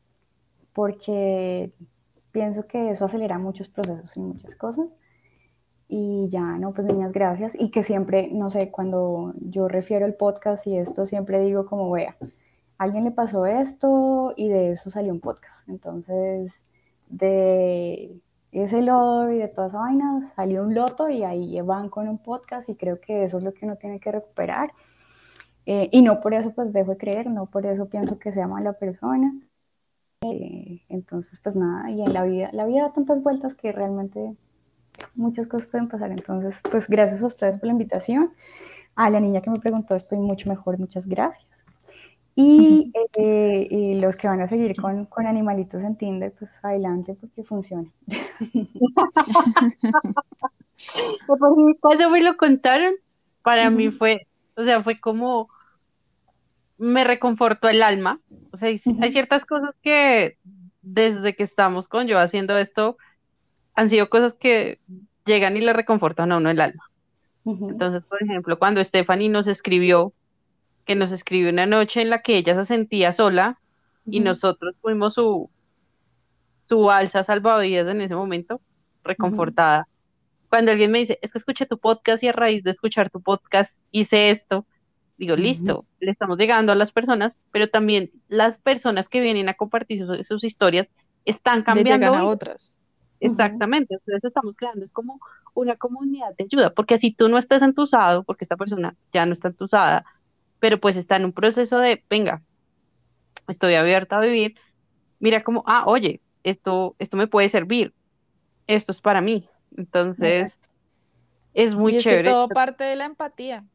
porque pienso que eso acelera muchos procesos y muchas cosas. Y ya, no, pues niñas, gracias. Y que siempre, no sé, cuando yo refiero el podcast y esto, siempre digo como, vea, a alguien le pasó esto y de eso salió un podcast. Entonces, de ese lodo y de toda esa vaina salió un loto y ahí van con un podcast y creo que eso es lo que uno tiene que recuperar. Eh, y no por eso pues dejo de creer, no por eso pienso que sea mala persona. Eh, entonces, pues nada, y en la vida, la vida da tantas vueltas que realmente muchas cosas pueden pasar. Entonces, pues gracias a ustedes por la invitación. A la niña que me preguntó, estoy mucho mejor, muchas gracias. Y, eh, y los que van a seguir con, con animalitos en Tinder, pues adelante porque funciona. Cuando me lo contaron, para uh-huh. mí fue, o sea, fue como, me reconfortó el alma. O sea, hay, uh-huh. hay ciertas cosas que desde que estamos con yo haciendo esto, han sido cosas que llegan y le reconfortan a uno el alma. Uh-huh. Entonces, por ejemplo, cuando Stephanie nos escribió, que nos escribió una noche en la que ella se sentía sola uh-huh. y nosotros fuimos su, su balsa salvavidas en ese momento, reconfortada. Uh-huh. Cuando alguien me dice, es que escuché tu podcast y a raíz de escuchar tu podcast hice esto, digo, uh-huh. listo, le estamos llegando a las personas, pero también las personas que vienen a compartir sus, sus historias están cambiando. Le llegan a otras. Exactamente, uh-huh. entonces estamos creando, es como una comunidad de ayuda, porque así tú no estás entusado, porque esta persona ya no está entusada, pero pues está en un proceso de, venga, estoy abierta a vivir, mira como, ah, oye, esto, esto me puede servir, esto es para mí, entonces uh-huh. es muy y es chévere. que todo parte de la empatía.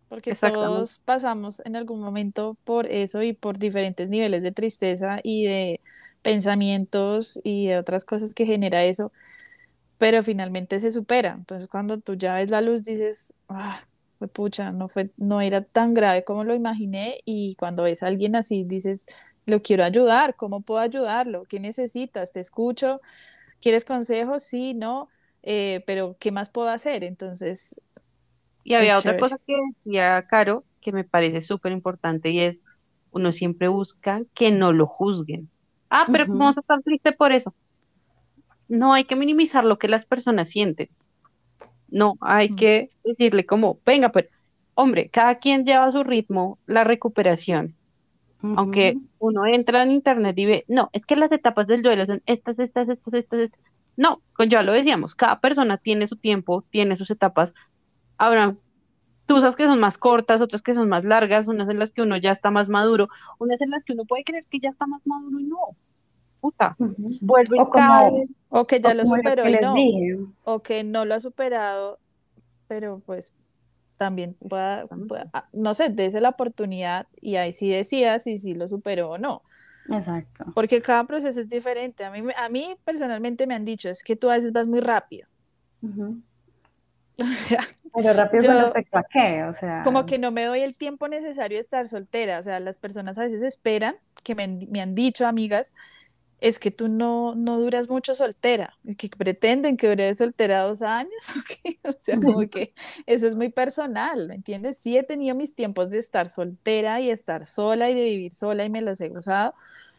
porque Exactamente. todos pasamos en algún momento por eso y por diferentes niveles de tristeza y de pensamientos y de otras cosas que genera eso, pero finalmente se supera. Entonces, cuando tú ya ves la luz, dices, ah, fue pucha, no fue, no era tan grave como lo imaginé. Y cuando ves a alguien así, dices, lo quiero ayudar, ¿cómo puedo ayudarlo? ¿Qué necesitas? Te escucho. ¿Quieres consejos? Sí, no. Eh, pero ¿qué más puedo hacer? Entonces, Y es había otra chévere. cosa que decía Caro, que me parece súper importante y es, uno siempre busca que no lo juzguen. Ah, pero ¿cómo Ujú, vas a estar triste por eso? No hay que minimizar lo que las personas sienten. No, hay Mm, que decirle como, venga, pues, hombre, cada quien lleva a su ritmo la recuperación. Aunque ujú, uno entra en internet y ve, no, es que las etapas del duelo son estas, estas, estas, estas, estas. No, pues ya lo decíamos, cada persona tiene su tiempo, tiene sus etapas. Habrá tusas que son más cortas, otras que son más largas, unas en las que uno ya está más maduro, unas en las que uno puede creer que ya está más maduro y no, puta, ujú. vuelve y O cae. como, O que o ya lo como lo superó que y les no, dije. o que no lo ha superado, pero pues también pueda, pueda- Exactamente. ah, no sé, dése la oportunidad y ahí sí decida si sí lo superó o no, Exacto. porque cada proceso es diferente. A mí, me- a mí personalmente me han dicho, es que tú a veces vas muy rápido. Ujú. O sea, Pero rápido con yo respecto a qué, o sea, como que no me doy el tiempo necesario de estar soltera. O sea, las personas a veces esperan, que me, han- me han dicho amigas, es que tú no, no duras mucho soltera, y que pretenden que dure soltera dos años, ¿o qué? O sea, como que eso es muy personal, ¿me entiendes? Sí he tenido mis tiempos de estar soltera y estar sola y de vivir sola y me los he gozado,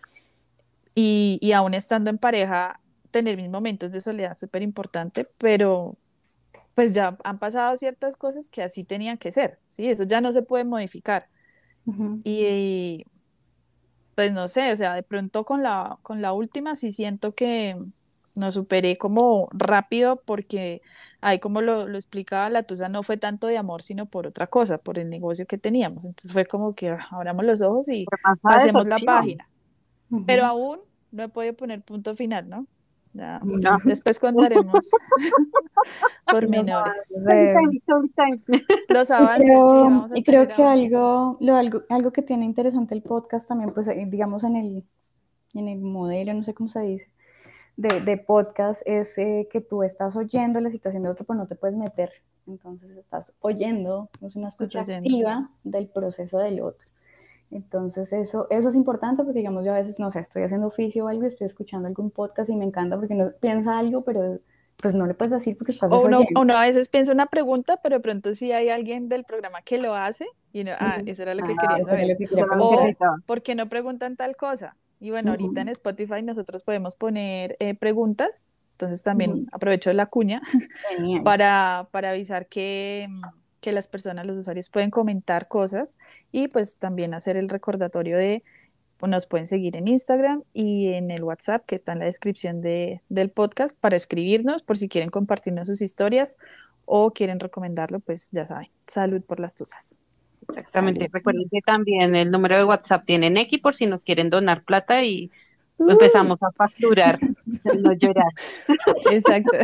y, y aún estando en pareja, tener mis momentos de soledad es súper importante, pero pues ya han pasado ciertas cosas que así tenían que ser, ¿sí? Eso ya no se puede modificar. ujú, Y pues no sé, o sea, de pronto con la, con la última sí siento que nos superé como rápido porque ahí como lo, lo explicaba la Tusa no fue tanto de amor sino por otra cosa, por el negocio que teníamos. Entonces fue como que ah, abramos los ojos y Pasa pasemos la desopción. página. Pero ujú. aún no he podido poner punto final, ¿no? Ya, Ah, después contaremos Los pormenores. avances story de, time, story time. Los y avances, sí, creo, vamos a y creo tener que avances. algo, lo, algo, algo que tiene interesante el podcast también, pues eh, digamos en el, en el modelo, no sé cómo se dice, de, de podcast, es eh, que tú estás oyendo la situación de otro, pero no te puedes meter. Entonces estás oyendo, es una Te estoy escucha oyendo. activa del proceso del otro. Entonces eso, eso es importante porque digamos yo a veces, no sé, estoy haciendo oficio o algo y estoy escuchando algún podcast y me encanta porque uno piensa algo, pero pues no le puedes decir porque estás O uno, desoyendo. uno a veces piensa una pregunta, pero de pronto sí hay alguien del programa que lo hace y uno, ah, Ujú. eso era lo que Ah, quería eso era saber. lo que Eso quería era lo que preguntar. O, necesitaba. ¿por qué no preguntan tal cosa? Y bueno, ahorita en Ujú, Spotify nosotros podemos poner eh, preguntas, entonces también ujú. aprovecho la cuña Genial. para, para avisar que, mm, que las personas, los usuarios pueden comentar cosas y pues también hacer el recordatorio de pues nos pueden seguir en Instagram y en el WhatsApp que está en la descripción de, del podcast para escribirnos por si quieren compartirnos sus historias o quieren recomendarlo, pues ya saben. Salud por las tusas. Exactamente. Salud. Recuerden que también el número de WhatsApp tiene Nequi por si nos quieren donar plata y Uh, empezamos a facturar, no llorar. Exacto.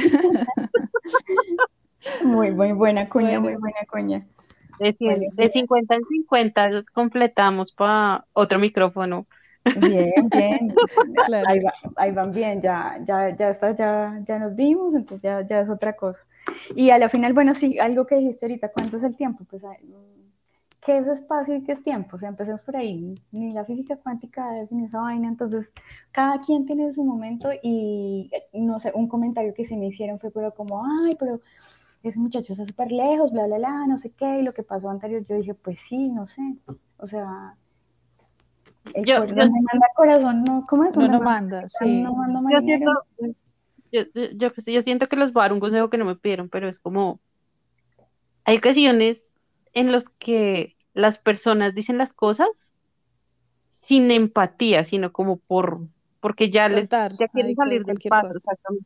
muy, muy buena cuña, muy Bueno, buena cuña. De, Vale, cien- de mira. cincuenta en cincuenta completamos para otro micrófono. Bien, bien. claro. Ahí, va, ahí van bien, ya, ya, ya está, ya, ya nos vimos, entonces ya, ya es otra cosa. Y a la final, bueno, sí, algo que dijiste ahorita, ¿cuánto es el tiempo? Pues, ¿qué es espacio y qué es tiempo? O sea, empecemos por ahí. Ni la física cuántica define esa vaina, entonces cada quien tiene su momento y no sé, un comentario que se me hicieron fue pero como, ay, pero ese muchacho está súper lejos, bla, bla, bla, no sé qué, y lo que pasó anterior, yo dije, pues sí, no sé, o sea, el Yo, cor yo, donde manda corazón, no, ¿cómo es? No Donde nos manda manda, corazón, no sí. manda yo marinero. siento, yo, yo, yo, yo siento que les voy a dar un consejo que no me pidieron, pero es como, hay ocasiones en los que las personas dicen las cosas sin empatía, sino como por, porque ya les, Soltar, ya quieren ahí cu- salir del cualquier paso, cosa. exactamente.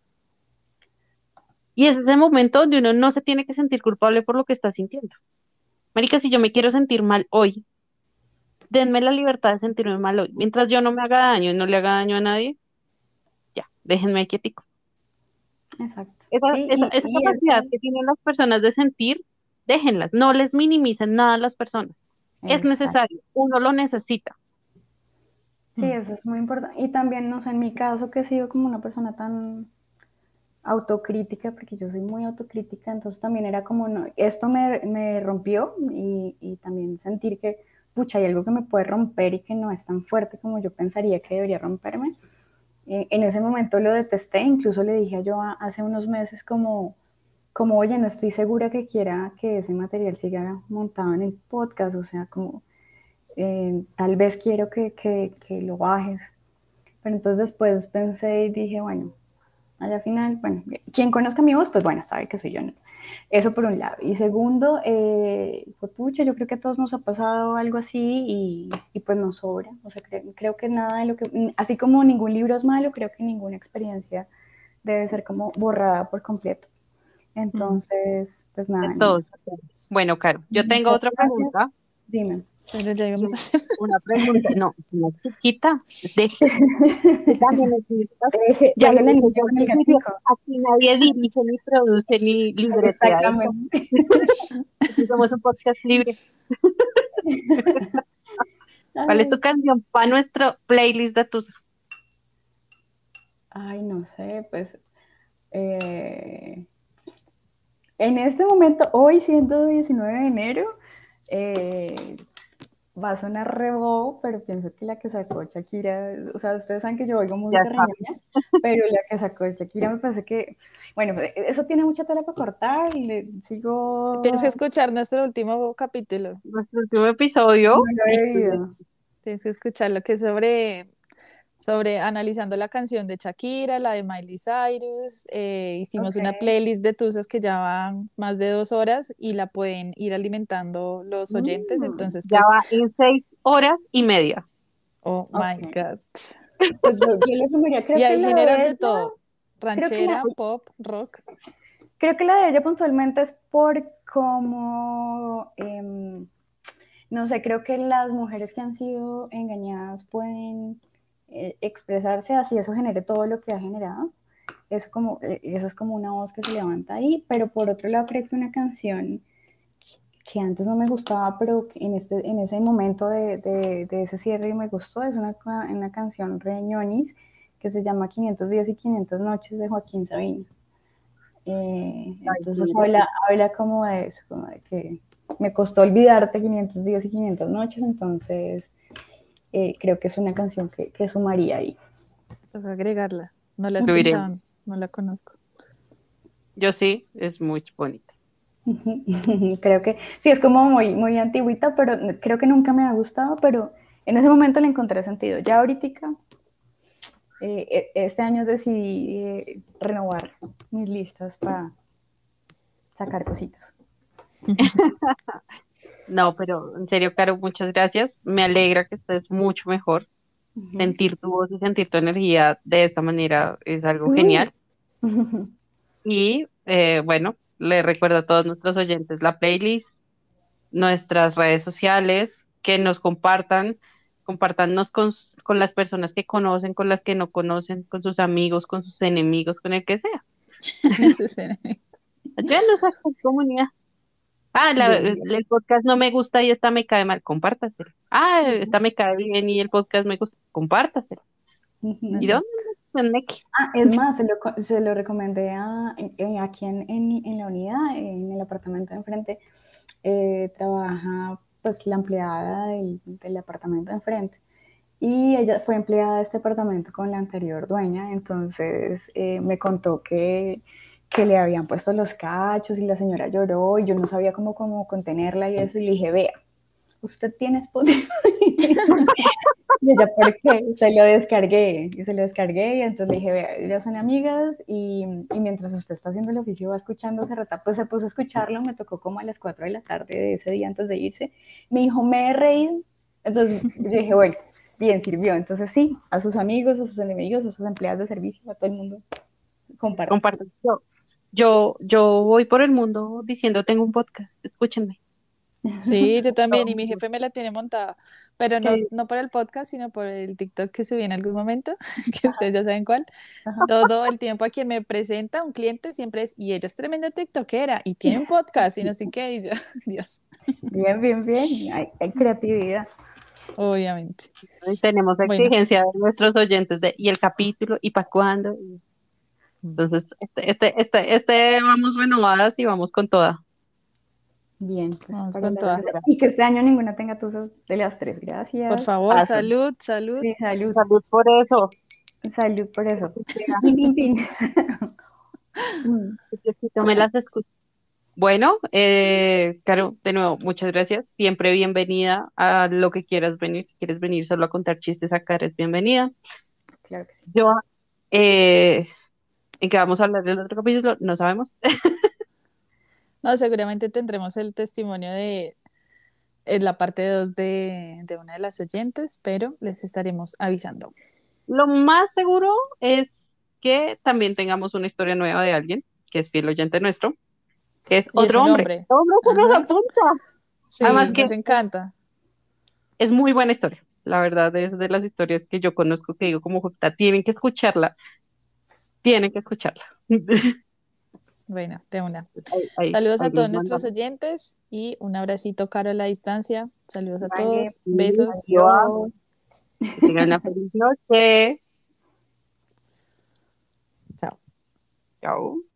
Y es ese momento donde uno no se tiene que sentir culpable por lo que está sintiendo. Marica, si yo me quiero sentir mal hoy, denme la libertad de sentirme mal hoy. Mientras yo no me haga daño y no le haga daño a nadie, ya, déjenme ahí quietico. Exacto. Esa, Sí, esa, y, esa y capacidad eso, que tienen las personas de sentir, déjenlas, no les minimicen nada a las personas. Es Exacto. necesario, uno lo necesita. Sí, eso es muy importante. Y también, no sé, en mi caso, que he sido como una persona tan autocrítica, porque yo soy muy autocrítica, entonces también era como, no, esto me, me rompió y, y también sentir que, pucha, hay algo que me puede romper y que no es tan fuerte como yo pensaría que debería romperme. Eh, en ese momento lo detesté, incluso le dije a yo hace unos meses como, como, oye, no estoy segura que quiera que ese material siga montado en el podcast, o sea, como, eh, tal vez quiero que, que, que lo bajes. Pero entonces después pensé y dije, bueno, al final, bueno, quien conozca mi voz, pues bueno, sabe que soy yo, ¿no? Eso por un lado. Y segundo, eh, pues pucha, yo creo que a todos nos ha pasado algo así y, y pues nos sobra. O sea, creo, creo que nada de lo que, así como ningún libro es malo, creo que ninguna experiencia debe ser como borrada por completo. Entonces, pues nada, Entonces, niñas. bueno, Caro, yo tengo Muchas otra gracias. pregunta. Dime. Pero ya Y íbamos a es hacer. una pregunta, no, una chiquita, déjela. Tú también necesitas, Deje- ya lo Déjenle dije niño yo con al el principio, gatico. aquí nadie dirige, ni produce, ni libretea esto. Exactamente. Aquí somos un podcast libre. ¿Cuál es tu Ay, canción para nuestro playlist de Tusa? ay, no sé, pues eh, en este momento, hoy siendo diecinueve de enero, eh, va a sonar re bobo, pero pienso que la que sacó Shakira, o sea, ustedes saben que yo oigo Ya música está. reñoña, pero la que sacó Shakira me parece que, bueno, eso tiene mucha tela para cortar, y le Tienes que sigo, escuchar nuestro último capítulo. Nuestro último episodio. no lo Y he pues, oído. Tienes que escuchar lo que es sobre, sobre analizando la canción de Shakira, la de Miley Cyrus. Eh, hicimos Ok. una playlist de tusas que ya van más de dos horas y la pueden ir alimentando los oyentes. Mm, Entonces, ya pues, va en seis horas y media. oh my ok. God. Pues yo, yo le sumaría, Y creo que hay la géneros de de ella, todo, creo que la, ranchera, pop, rock. creo que la de ella puntualmente es por cómo, eh, no sé, creo que las mujeres que han sido engañadas pueden eh, expresarse así, eso genere todo lo que ha generado. Eso, como, eh, eso es como una voz que se levanta ahí, pero por otro lado creo que una canción que antes no me gustaba, pero en, este, en ese momento de, de, de ese cierre me gustó, es una, una canción re ñoñis que se llama quinientos días y quinientas noches de Joaquín Sabina. Eh, Ay, entonces mire. habla, habla como de eso, como de que me costó olvidarte quinientos días y quinientas noches, entonces eh, creo que es una canción que, que sumaría ahí. Toca agregarla. No la he Lo diré. escuchado, no la conozco. Yo sí, es muy bonita. Creo que sí, es como muy, muy antiguita, pero creo que nunca me ha gustado, pero en ese momento le encontré sentido. Ya ahorita, eh, este año decidí eh, renovar mis listas para sacar cositas. No, pero en serio, Caro, muchas gracias. Me alegra que estés mucho mejor. Uh -huh. Sentir tu voz y sentir tu energía de esta manera es algo Uh. genial. Y eh, bueno, le recuerdo a todos nuestros oyentes la playlist, nuestras redes sociales, que nos compartan, compartannos con, s- con las personas que conocen, con las que no conocen, con sus amigos, con sus enemigos, con el que sea. Sí, sí. Ayúdenos a hacer comunidad. Ah, la- Bien, el bien. el podcast no me gusta y esta me cae mal, compártaselo. Ah, Uh esta -huh. me cae bien y el podcast me gusta, compártaselo. Uh ¿Y -huh. dónde? Exacto. En Nequi. Ah, es más, se lo, se lo recomendé a, eh, aquí en, en, en, la unidad, en el apartamento de enfrente, eh, trabaja pues la empleada del, del apartamento de enfrente. Y ella fue empleada de este apartamento con la anterior dueña, entonces eh, me contó que, que le habían puesto los cachos y la señora lloró y yo no sabía cómo, cómo contenerla y eso, y le dije, vea, usted tiene Spotify. Y ella, ¿por qué? Se lo descargué, y se lo descargué, y entonces le dije, vea, ellas son amigas, y, y mientras usted está haciendo el oficio, va escuchando Cerrata, pues se puso a escucharlo, me tocó como a las cuatro de la tarde de ese día antes de irse, me dijo, me he reído, entonces yo dije, bueno, bien, sirvió, entonces sí, a sus amigos, a sus enemigos, a sus empleados de servicio, a todo el mundo, comparte. Comparto. Yo, yo, yo voy por el mundo diciendo tengo un podcast, escúchenme. Sí, yo también, y mi jefe me la tiene montada, pero no, Que- no por el podcast, sino por el TikTok que subí en algún momento, que ustedes ya saben cuál. Ajá. Todo el tiempo a quien me presenta un cliente siempre es, y ella es tremenda TikTokera, y tiene un podcast, y no sé qué, y yo, Dios, Bien, bien, bien. Hay, hay creatividad. obviamente. Y tenemos Bueno, exigencia de nuestros oyentes de, y el capítulo, y para cuándo. Y entonces, este, este, este, este vamos renovadas y vamos con toda. Bien, pues vamos para con la toda. tercera. Y que este año ninguna tenga tus de las tres. Por Gracias. favor, Paso. salud, salud. Sí, salud. Salud por eso. Salud por eso. Porque quiera, Pin, pin, pin. Mm, que si me las escucho. Bueno, eh, Caro, de nuevo, muchas gracias. Siempre bienvenida a lo que quieras venir. Si quieres venir solo a contar chistes acá, eres bienvenida. claro que sí. Yo, eh, ¿en qué vamos a hablar del otro capítulo? No sabemos. No, seguramente tendremos el testimonio de en la parte dos de, de una de las oyentes, pero les estaremos avisando. Lo más seguro es que también tengamos una historia nueva de alguien que es fiel oyente nuestro, que es Y es otro un hombre. hombre. Hombre se nos Ajá. apunta. Además Sí, que nos encanta. es muy buena historia. La verdad es de las historias que yo conozco que digo como "Justa, tienen que escucharla, tienen que escucharla". Bueno, de una. Ahí, ahí, Saludos ahí a les todos nuestros mandamos. oyentes y un abracito caro a la distancia. Saludos a Vale, todos. Y Besos. yo, adiós. que tengan una feliz noche. Chao. Chao.